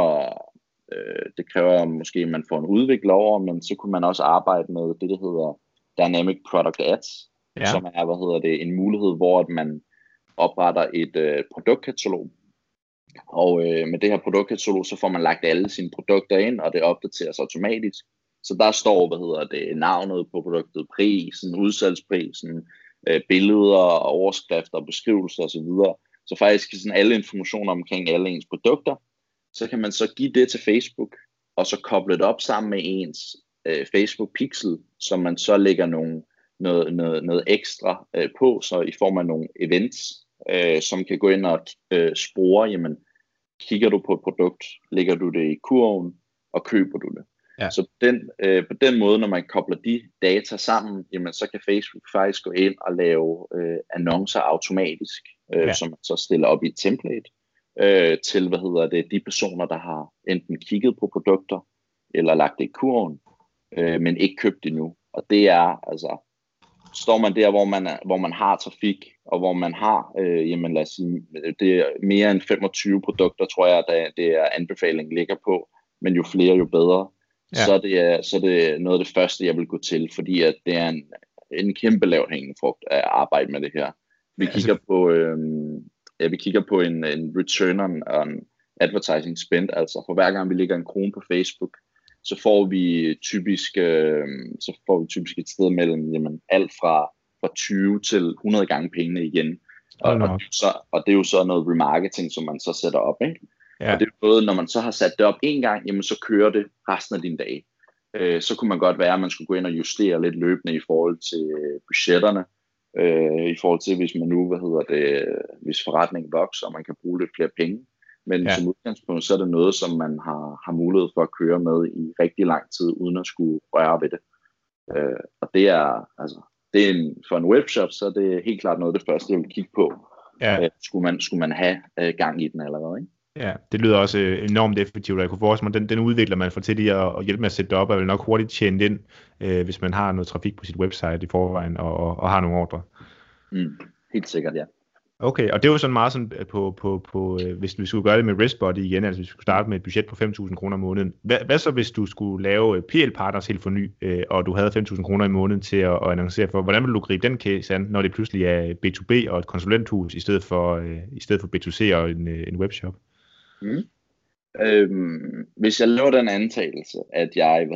kræver måske, at man får en udvikler over, men så kunne man også arbejde med det, der hedder Dynamic Product Ads, som er, en mulighed, hvor at man opretter et produktkatalog. Og med det her produktkatalog, så får man lagt alle sine produkter ind, og det opdateres automatisk. Så der står, navnet på produktet, prisen, udsalgsprisen, billeder, overskrifter, beskrivelser osv. Så faktisk sådan alle informationer omkring alle ens produkter. Så kan man så give det til Facebook, og så koble det op sammen med ens Facebook Pixel, som man så lægger noget ekstra på, så i form af nogle events, som kan gå ind og spore, jamen kigger du på et produkt, lægger du det i kurven, og køber du det. Ja. Så på den måde, når man kobler de data sammen, jamen, så kan Facebook faktisk gå ind og lave annoncer automatisk, som man så stiller op i et template, til de personer, der har enten kigget på produkter, eller lagt det i kurven, men ikke købt det endnu. Og det er, altså, står man der, hvor man har trafik, og hvor man har, jamen lad os sige, det er mere end 25 produkter, tror jeg, det er anbefalingen ligger på, men jo flere, jo bedre. Ja. Så er det noget af det første, jeg vil gå til, fordi at det er en kæmpe lavt hængende frugt at arbejde med det her. Vi kigger på en return on advertising spend, altså for hver gang vi lægger en krone på Facebook, så får vi typisk et sted mellem alt fra 20 til 100 gange pengene igen. Og det er jo så noget remarketing, som man så sætter op, ikke? Ja. Og det er både, når man så har sat det op en gang, jamen så kører det resten af dine dage. Så kunne man godt være, at man skulle gå ind og justere lidt løbende i forhold til budgetterne. I forhold til, hvis man nu, hvis forretningen vokser, og man kan bruge lidt flere penge. Men som udgangspunkt, så er det noget, som man har mulighed for at køre med i rigtig lang tid, uden at skulle røre ved det. Og det er, altså, for en webshop, så er det helt klart noget af det første, jeg vil kigge på. Ja. Skulle man have gang i den allerede, ikke? Ja, det lyder også enormt effektivt, og jeg kunne forestille mig, den udvikler man får til lige at hjælpe med at sætte det op, og vil nok hurtigt tjene ind, hvis man har noget trafik på sit website i forvejen, og har nogle ordre. Helt sikkert, ja. Okay, og det er jo sådan meget sådan på hvis vi skulle gøre det med Wristbody igen, altså hvis vi skulle starte med et budget på 5.000 kroner om måneden. Hvad så, hvis du skulle lave PL-partners helt for ny, og du havde 5.000 kroner i måneden til at annoncere for? Hvordan vil du gribe den case an, når det pludselig er B2B og et konsulenthus, i stedet for B2C og en webshop? Hvis jeg laver den antagelse, at jeg,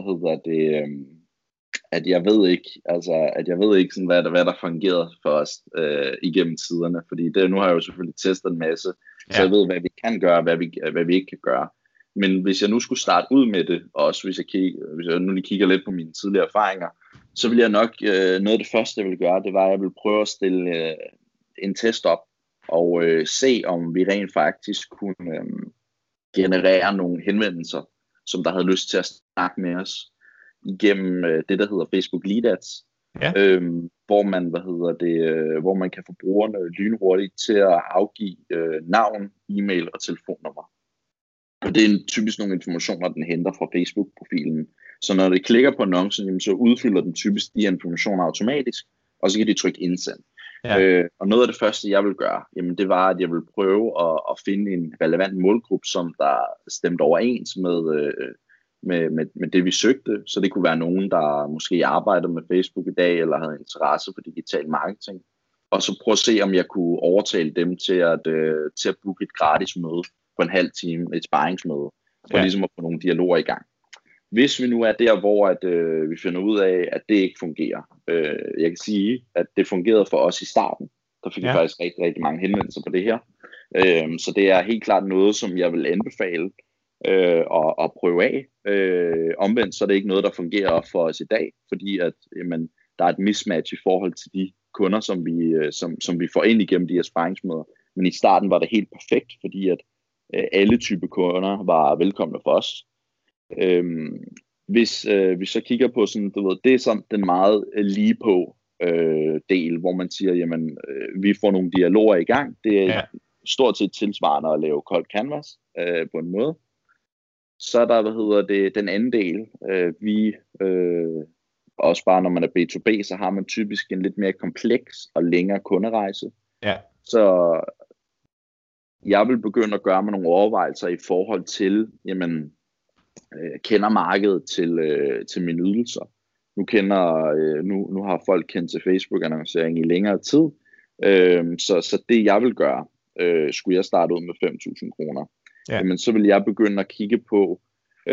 at jeg ved ikke sådan, hvad der fungerede for os igennem tiderne, fordi nu har jeg jo selvfølgelig testet en masse, så jeg ved, hvad vi kan gøre, hvad vi ikke kan gøre. Men hvis jeg nu skulle starte ud med det, og også hvis jeg nu lige kigger lidt på mine tidligere erfaringer, så vil jeg nok, noget af det første, jeg vil gøre, det var, at jeg vil prøve at stille en test op, og se, om vi rent faktisk generere nogle henvendelser, som der havde lyst til at snakke med os igennem det, der hedder Facebook Lead Ads, hvor man, hvor man kan få brugerne lynhurtigt til at afgive navn, e-mail og telefonnummer. Og det er typisk nogle informationer, den henter fra Facebook-profilen. Så når det klikker på annoncen, jamen, så udfylder den typisk de informationer automatisk, og så kan de trykke indsend. Ja. Og noget af det første, jeg vil gøre, jamen, det var, at jeg vil prøve at finde en relevant målgruppe, som der stemte overens med det, vi søgte. Så det kunne være nogen, der måske arbejdede med Facebook i dag, eller havde interesse for digital marketing. Og så prøve at se, om jeg kunne overtale dem til at booke et gratis møde på en halv time, et sparringsmøde, for ligesom at få nogle dialoger i gang. Hvis vi nu er der, hvor vi finder ud af, at det ikke fungerer. Jeg kan sige, at det fungerede for os i starten. Der fik jeg faktisk rigtig, rigtig mange henvendelser på det her. Så det er helt klart noget, som jeg vil anbefale at prøve af. Omvendt så er det ikke noget, der fungerer for os i dag, fordi at, jamen, der er et mismatch i forhold til de kunder, som vi får ind igennem de her sparringsmøder. Men i starten var det helt perfekt, fordi at alle typer kunder var velkomne for os. Hvis vi så kigger på sådan, du ved, det er sådan den meget lige på del, hvor man siger, jamen, vi får nogle dialoger i gang. Det er stort set tilsvarende at lave cold canvas på en måde. Så er der, den anden del. Også bare når man er B2B, så har man typisk en lidt mere kompleks og længere kunderejse. Ja. Så jeg vil begynde at gøre mig nogle overvejelser i forhold til, jamen, kender markedet til mine ydelser. Nu har folk kendt til Facebook-annoncering i længere tid, så det jeg vil gøre, skulle jeg starte ud med 5.000 kroner, jamen, så vil jeg begynde at kigge på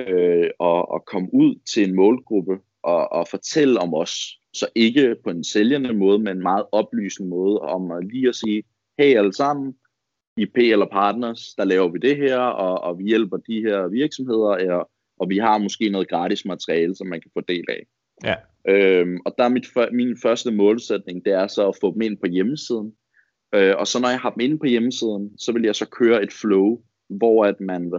at komme ud til en målgruppe og fortælle om os, så ikke på en sælgende måde, men en meget oplysende måde, om at lige at sige, hey alle sammen, i P eller Partners, der laver vi det her, og vi hjælper de her virksomheder, og vi har måske noget gratis materiale, som man kan få del af. Ja. Og der er min første målsætning, det er så at få dem ind på hjemmesiden. Og så når jeg har dem inde på hjemmesiden, så vil jeg så køre et flow, hvor at man,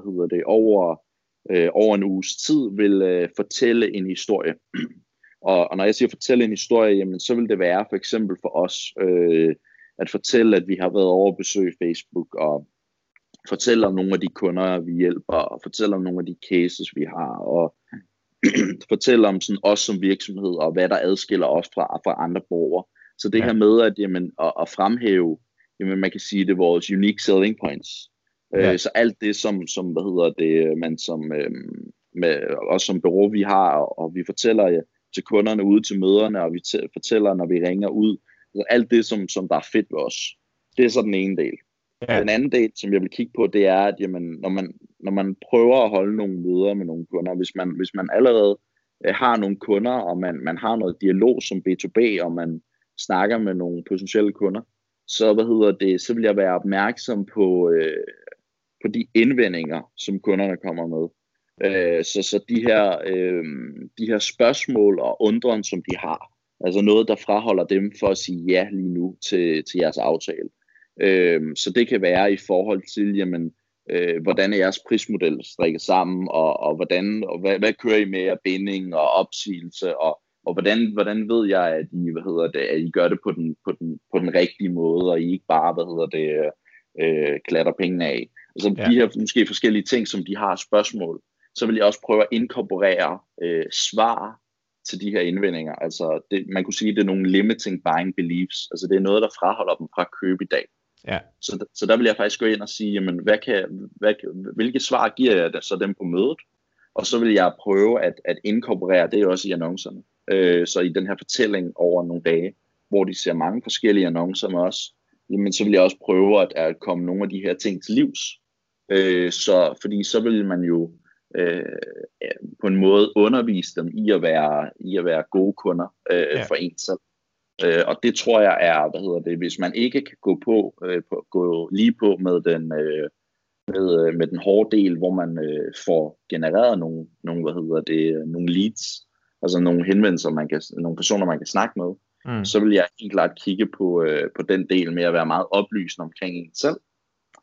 over en uges tid vil fortælle en historie. Og når jeg siger fortælle en historie, jamen, så vil det være for eksempel for os at fortælle, at vi har været over at besøge Facebook, og fortælle om nogle af de kunder, vi hjælper, og fortælle om nogle af de cases, vi har, og fortælle om sådan os som virksomhed, og hvad der adskiller os fra andre borgere. Så det her med at fremhæve, jamen, man kan sige, det er vores unique selling points. Så alt det, man også som bureau vi har, og vi fortæller til kunderne ude til møderne, og vi fortæller, når vi ringer ud, så alt det, som der er fedt ved os. Det er så den ene del. Ja. Den anden del, som jeg vil kigge på, det er, at jamen, når man prøver at holde nogle møder med nogle kunder, hvis man allerede har nogle kunder, og man har noget dialog som B2B, og man snakker med nogle potentielle kunder, så vil jeg være opmærksom på de indvendinger, som kunderne kommer med. Så de her spørgsmål og undren, som de har, altså noget, der fraholder dem for at sige ja lige nu til jeres aftale. Så det kan være i forhold til, jamen, hvordan er jeres prismodel strikket sammen, og hvad kører I med af binding og opsigelse, og hvordan ved jeg, at I gør det på den rigtige måde, og I ikke bare, klatter pengene af. Altså de her måske forskellige ting, som de har spørgsmål, så vil jeg også prøve at inkorporere svar til de her indvendinger. Altså man kunne sige, at det er nogle limiting buying beliefs. Altså det er noget, der fraholder dem fra at købe i dag. Ja. Så der vil jeg faktisk gå ind og sige, jamen, hvilke svar giver jeg så dem på mødet? Og så vil jeg prøve at inkorporere det også i annoncerne. Så i den her fortælling over nogle dage, hvor de ser mange forskellige annoncer med os, jamen, så vil jeg også prøve at komme nogle af de her ting til livs. Fordi så vil man jo på en måde undervise dem i at være gode kunder for en selv. Og det tror jeg er, hvis man ikke kan gå lige på med den hårde del, hvor man får genereret nogle leads, altså nogle henvendelser, nogle personer, man kan snakke med, så vil jeg helt klart kigge på den del med at være meget oplysende omkring en selv.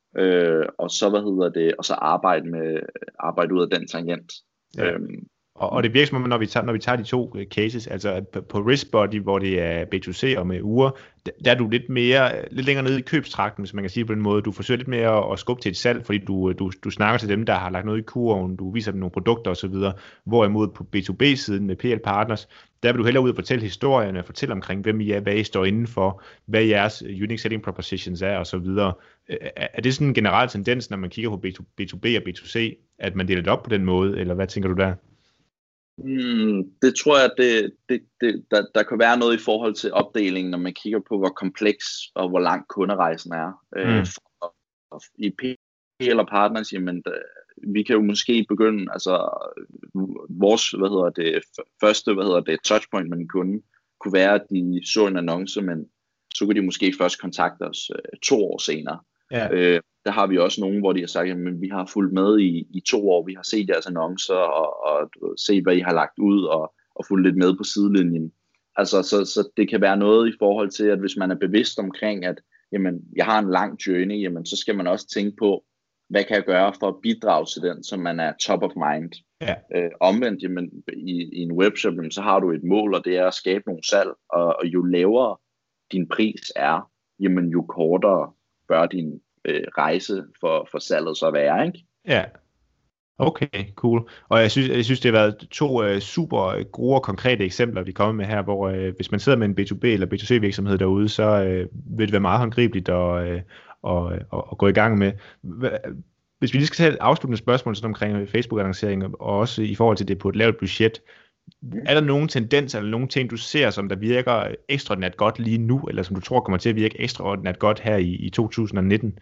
og så, og så arbejde ud af den tangent. Ja. Og det virker som om, når vi tager de to cases, altså på Wristbody, hvor det er B2C og med uger, der er du lidt længere nede i købstrakten, hvis man kan sige på den måde. Du forsøger lidt mere at skubbe til et salg, fordi du snakker til dem, der har lagt noget i kurven, du viser dem nogle produkter osv. Hvorimod på B2B-siden med PL Partners, der vil du hellere ud og fortælle historierne, og fortælle omkring, hvem I er, hvad I står inden for, hvad jeres unique selling propositions er osv. Er det sådan en generel tendens, når man kigger på B2B og B2C, at man deler det op på den måde, eller hvad tænker du der? Det tror jeg, der kan være noget i forhold til opdelingen, når man kigger på, hvor kompleks og hvor lang kunderejsen er. I PL og Partners, jamen, vi kan jo måske begynde, altså vores, første, touchpoint med en kunde, kunne være, at de så en annonce, men så kunne de måske først kontakte os 2 år senere. Ja. Der har vi også nogen, hvor de har sagt, at vi har fulgt med i 2 år, vi har set jeres annoncer og set, hvad I har lagt ud og fulgt lidt med på sidelinjen. Altså, så det kan være noget i forhold til, at hvis man er bevidst omkring, at jamen, jeg har en lang journey, jamen, så skal man også tænke på, hvad kan jeg gøre for at bidrage til den, så man er top of mind. Ja. Omvendt, jamen, i en webshop, jamen, så har du et mål, og det er at skabe nogle salg, og jo lavere din pris er, jamen, jo kortere bør din rejse for salget så være, ikke? Ja. Okay, cool. Og jeg synes det har været 2 super gode og konkrete eksempler, vi kommer med her, hvor hvis man sidder med en B2B eller B2C virksomhed derude, så vil det være meget håndgribeligt at gå i gang med. Hvis vi lige skal tage et afsluttende spørgsmål sådan omkring Facebook-annoncering, og også i forhold til det på et lavt budget, er der nogle tendenser eller nogle ting, du ser, som der virker ekstraordinært godt lige nu, eller som du tror kommer til at virke ekstraordinært godt her i 2019,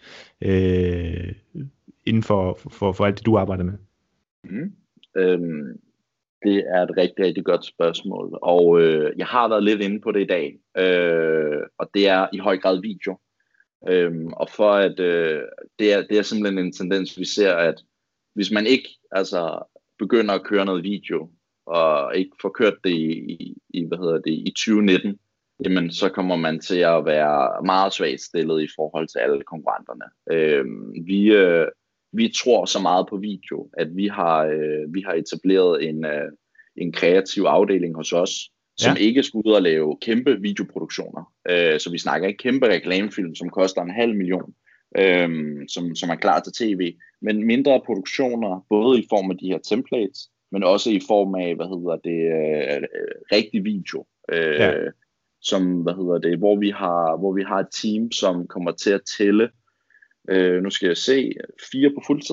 inden for alt det, du arbejder med? Det er et rigtig, rigtig godt spørgsmål, og jeg har været lidt inde på det i dag, og det er i høj grad video. Og for at det er simpelthen en tendens, vi ser, at hvis man ikke begynder at køre noget video, og ikke får kørt det i 2019, jamen så kommer man til at være meget svagt stillet i forhold til alle konkurrenterne. Vi tror så meget på video, at vi har etableret en kreativ afdeling hos os, som ikke skal ud og lave kæmpe videoproduktioner. Så vi snakker ikke kæmpe reklamefilm, som koster 500.000, som er klar til tv, men mindre produktioner, både i form af de her templates, men også i form af, rigtig video, som, hvor vi har et team, som kommer til at tælle, nu skal jeg se, 4 på fuldtid.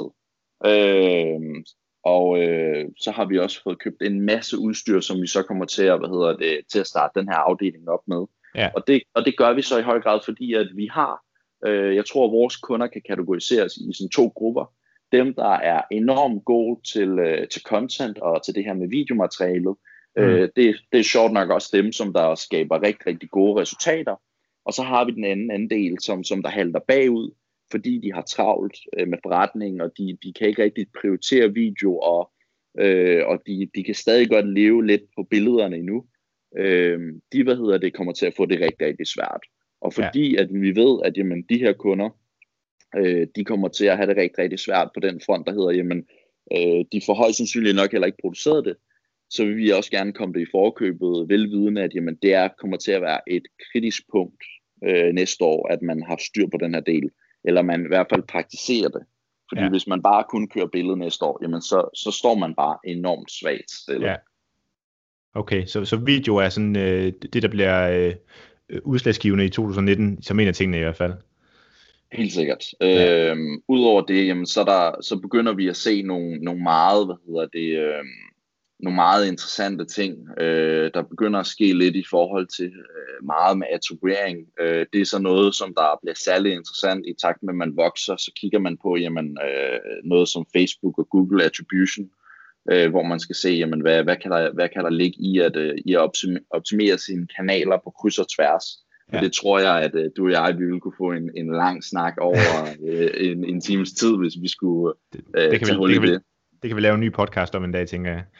Så har vi også fået købt en masse udstyr, som vi så kommer til at, til at starte den her afdeling op med. Ja. Og det gør vi så i høj grad, fordi at vi har, jeg tror, at vores kunder kan kategoriseres i sådan 2 grupper. Dem, der er enormt gode til content og til det her med videomaterialet, det er sjovt nok også dem, som der skaber rigtig, rigtig gode resultater. Og så har vi den anden del, som der halter bagud, fordi de har travlt med forretning, og de kan ikke rigtig prioritere video, og de kan stadig godt leve lidt på billederne endnu. De kommer til at få det rigtig, rigtig svært. Og fordi at vi ved, at jamen, de her kunder, de kommer til at have det rigtig, rigtig svært på den front, der hedder, jamen, de får højst sandsynligt nok heller ikke produceret det, så vil vi også gerne komme det i forkøbet, velvidende, at jamen, det kommer til at være et kritisk punkt næste år, at man har styr på den her del, eller man i hvert fald praktiserer det. Fordi hvis man bare kun kører billedet næste år, jamen, så står man bare enormt svagt stillet. Ja. Okay, så video er sådan det, der bliver udslagsgivende i 2019, som en af tingene i hvert fald. Helt sikkert. Udover det, jamen, så begynder vi at se nogle meget, nogle meget interessante ting. Der begynder at ske lidt i forhold til meget med attribuering. Det er så noget, som der bliver særlig interessant i takt med, at man vokser. Så kigger man på noget som Facebook og Google Attribution, hvor man skal se, jamen, hvad kan der ligge i at optimere sine kanaler på kryds og tværs. Ja. Det tror jeg, at du og jeg vi ville kunne få en lang snak over en times tid, hvis vi skulle tage hul i det. Det kan vi lave en ny podcast om en dag, tænker jeg.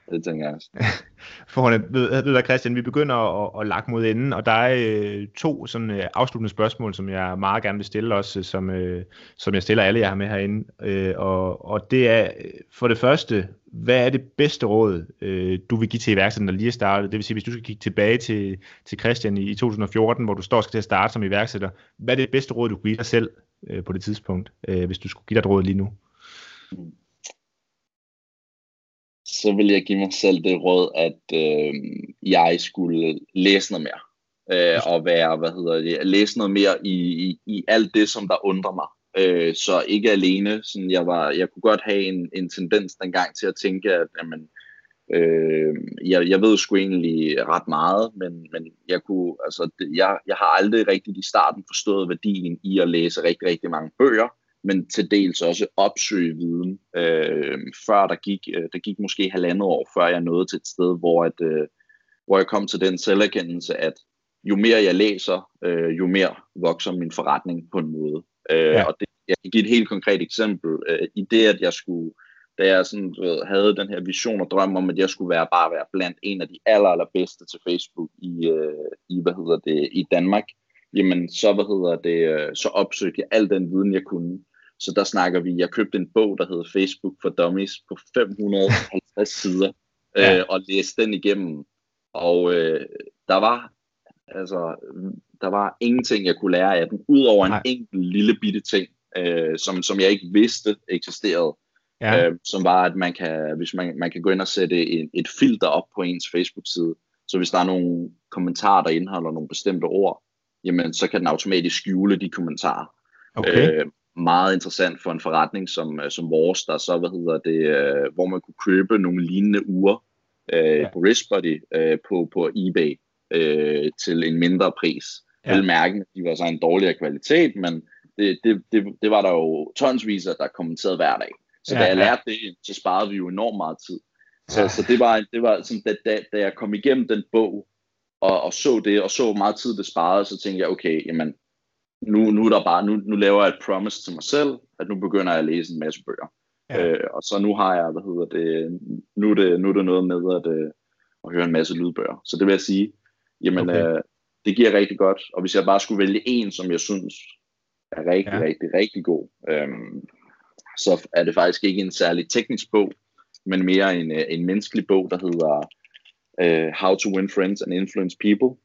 det tænker jeg også. Ved du, Christian, vi begynder at lakke mod enden, og der er to sådan afsluttende spørgsmål, som jeg meget gerne vil stille også, som jeg stiller alle jer har med herinde. Og det er for det første, hvad er det bedste råd, du vil give til iværksætteren, der lige er startet? Det vil sige, hvis du skal kigge tilbage til Christian i 2014, hvor du skal til at starte som iværksætter, hvad er det bedste råd, du kunne give dig selv på det tidspunkt, hvis du skulle give dig et råd lige nu? Så vil jeg give mig selv det råd, at jeg skulle læse noget mere. Og være, læse noget mere i alt det, som der undrer mig. Så ikke alene, sådan jeg kunne godt have en tendens dengang til at tænke, at jamen, jeg ved sgu egentlig ret meget, men jeg kunne, altså, jeg har aldrig rigtig i starten forstået værdien i at læse rigtig, rigtig mange bøger, men til dels også opsøge viden, før der gik måske 1,5 år, før jeg nåede til et sted, hvor jeg kom til den selverkendelse, at jo mere jeg læser, jo mere vokser min forretning på en måde. Og jeg kan give et helt konkret eksempel. I det, at da jeg sådan, havde den her vision og drøm om, at jeg skulle bare være blandt en af de allerbedste til Facebook i Danmark, jamen så opsøgte jeg al den viden, jeg kunne. Så der snakker vi, jeg købte en bog, der hedder Facebook for Dummies på 550 sider, og læste den igennem. Og der var ingenting, jeg kunne lære af den, udover en enkelt lille bitte ting, som jeg ikke vidste eksisterede. Som var, at man kan gå ind og sætte et filter op på ens Facebook-side, så hvis der er nogle kommentarer, der indeholder nogle bestemte ord, jamen så kan den automatisk skjule de kommentarer. Okay. Meget interessant for en forretning som vores, der så, hvor man kunne købe nogle lignende ure på Riskbuddy på eBay til en mindre pris. Vel mærken, de var så en dårligere kvalitet, men det var der jo tonsvis, der kommenterede hver dag. Så da jeg lærte det, så sparede vi jo enormt meget tid. Så det var sådan, da jeg kom igennem den bog, og så det, og så hvor meget tid det sparede, så tænkte jeg, okay, jamen, nu laver jeg et promise til mig selv, at nu begynder jeg at læse en masse bøger. Og så nu har jeg, nu er det noget med at høre en masse lydbøger. Så det vil jeg sige, jamen, det giver rigtig godt. Og hvis jeg bare skulle vælge en, som jeg synes er rigtig god, så er det faktisk ikke en særlig teknisk bog, men mere en menneskelig bog, der hedder How to Win Friends and Influence People.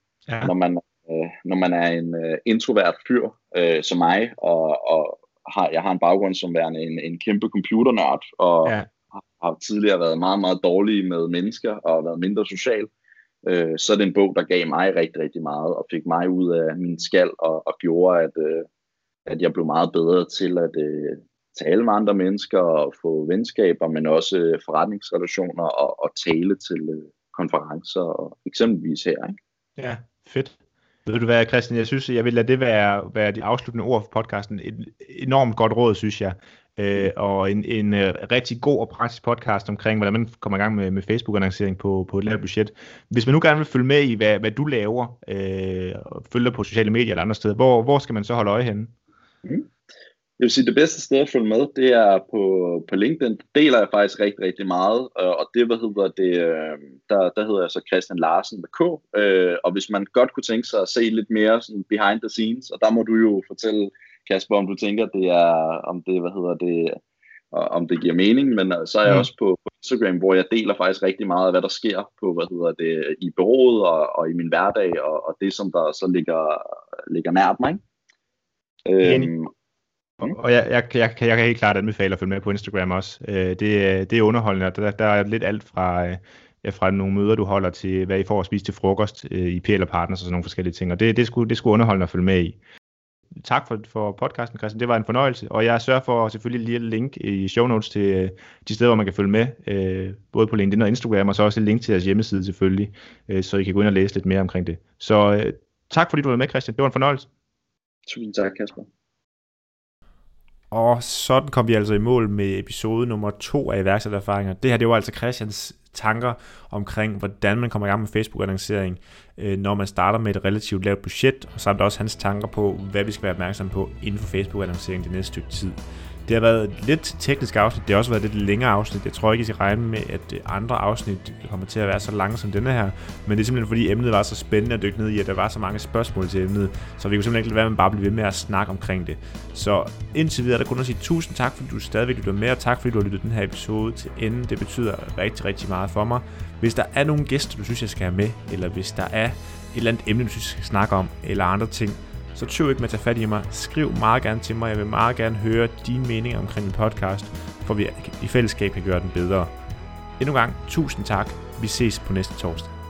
Når man er en introvert fyr som mig, og jeg har en baggrund som værende en kæmpe computernørd, og har tidligere været meget, meget dårlig med mennesker, og været mindre social, så er det en bog, der gav mig rigtig, rigtig meget, og fik mig ud af min skal, og gjorde, at jeg blev meget bedre til at tale med andre mennesker, og få venskaber, men også forretningsrelationer, og tale til konferencer, og eksempelvis her. Ikke? Ja, fedt. Ved du hvad, Christian, jeg synes, jeg vil lade det være de afsluttende ord for podcasten. Et enormt godt råd, synes jeg. Og en rigtig god og praktisk podcast omkring, hvordan man kommer i gang med Facebook-annoncering på et lavt budget. Hvis man nu gerne vil følge med i, hvad du laver, og følge dig på sociale medier eller andre steder, hvor skal man så holde øje henne? Jeg vil sige, det bedste sted at følge med, det er på LinkedIn. Det deler jeg faktisk rigtig, rigtig meget, og det, der hedder jeg så Christian Larsen med K, og hvis man godt kunne tænke sig at se lidt mere sådan behind the scenes, og der må du jo fortælle, Kasper, om du tænker, om det giver mening, men så er jeg også på Instagram, hvor jeg deler faktisk rigtig meget af, hvad der sker på, i bureauet og i min hverdag, og det, som der så ligger nært mig. Og jeg kan helt klart anbefale at følge med på Instagram også. Det er underholdende, og der er lidt alt fra nogle møder, du holder, til hvad I får at spise til frokost i PL Partners og sådan nogle forskellige ting. Og det er sgu underholdende at følge med i. Tak for podcasten, Christian. Det var en fornøjelse, og jeg sørger for selvfølgelig lige et link i show notes til de steder, hvor man kan følge med, både på LinkedIn og Instagram, og så også et link til jeres hjemmeside selvfølgelig, så I kan gå ind og læse lidt mere omkring det. Så tak fordi du var med, Christian. Det var en fornøjelse. Tusind tak, Kasper. Og sådan kom vi altså i mål med episode nummer 2 af iværksættererfaringer. Det her, det var altså Christians tanker omkring, hvordan man kommer i gang med Facebook-annoncering, når man starter med et relativt lavt budget, og samt også hans tanker på, hvad vi skal være opmærksom på inden for Facebook-annoncering det næste stykke tid. Det har været et lidt teknisk afsnit, det har også været et lidt længere afsnit. Jeg tror ikke, I skal regne med, at andre afsnit kommer til at være så lange som denne her, men det er simpelthen fordi emnet var så spændende at dykke ned i, at der var så mange spørgsmål til emnet, så vi kunne simpelthen ikke lade være med bare blive ved med at snakke omkring det. Så indtil videre er der kun at sige tusind tak, fordi du stadigvæk lytter med, og tak fordi du har lyttet den her episode til enden. Det betyder rigtig, rigtig meget for mig. Hvis der er nogle gæster, du synes, jeg skal have med, eller hvis der er et eller andet emne, du synes, jeg skal snakke om, eller andre ting, så tøv ikke med at tage fat i mig. Skriv meget gerne til mig. Jeg vil meget gerne høre dine meninger omkring min podcast, for vi i fællesskab kan gøre den bedre. Endnu en gang, tusind tak. Vi ses på næste torsdag.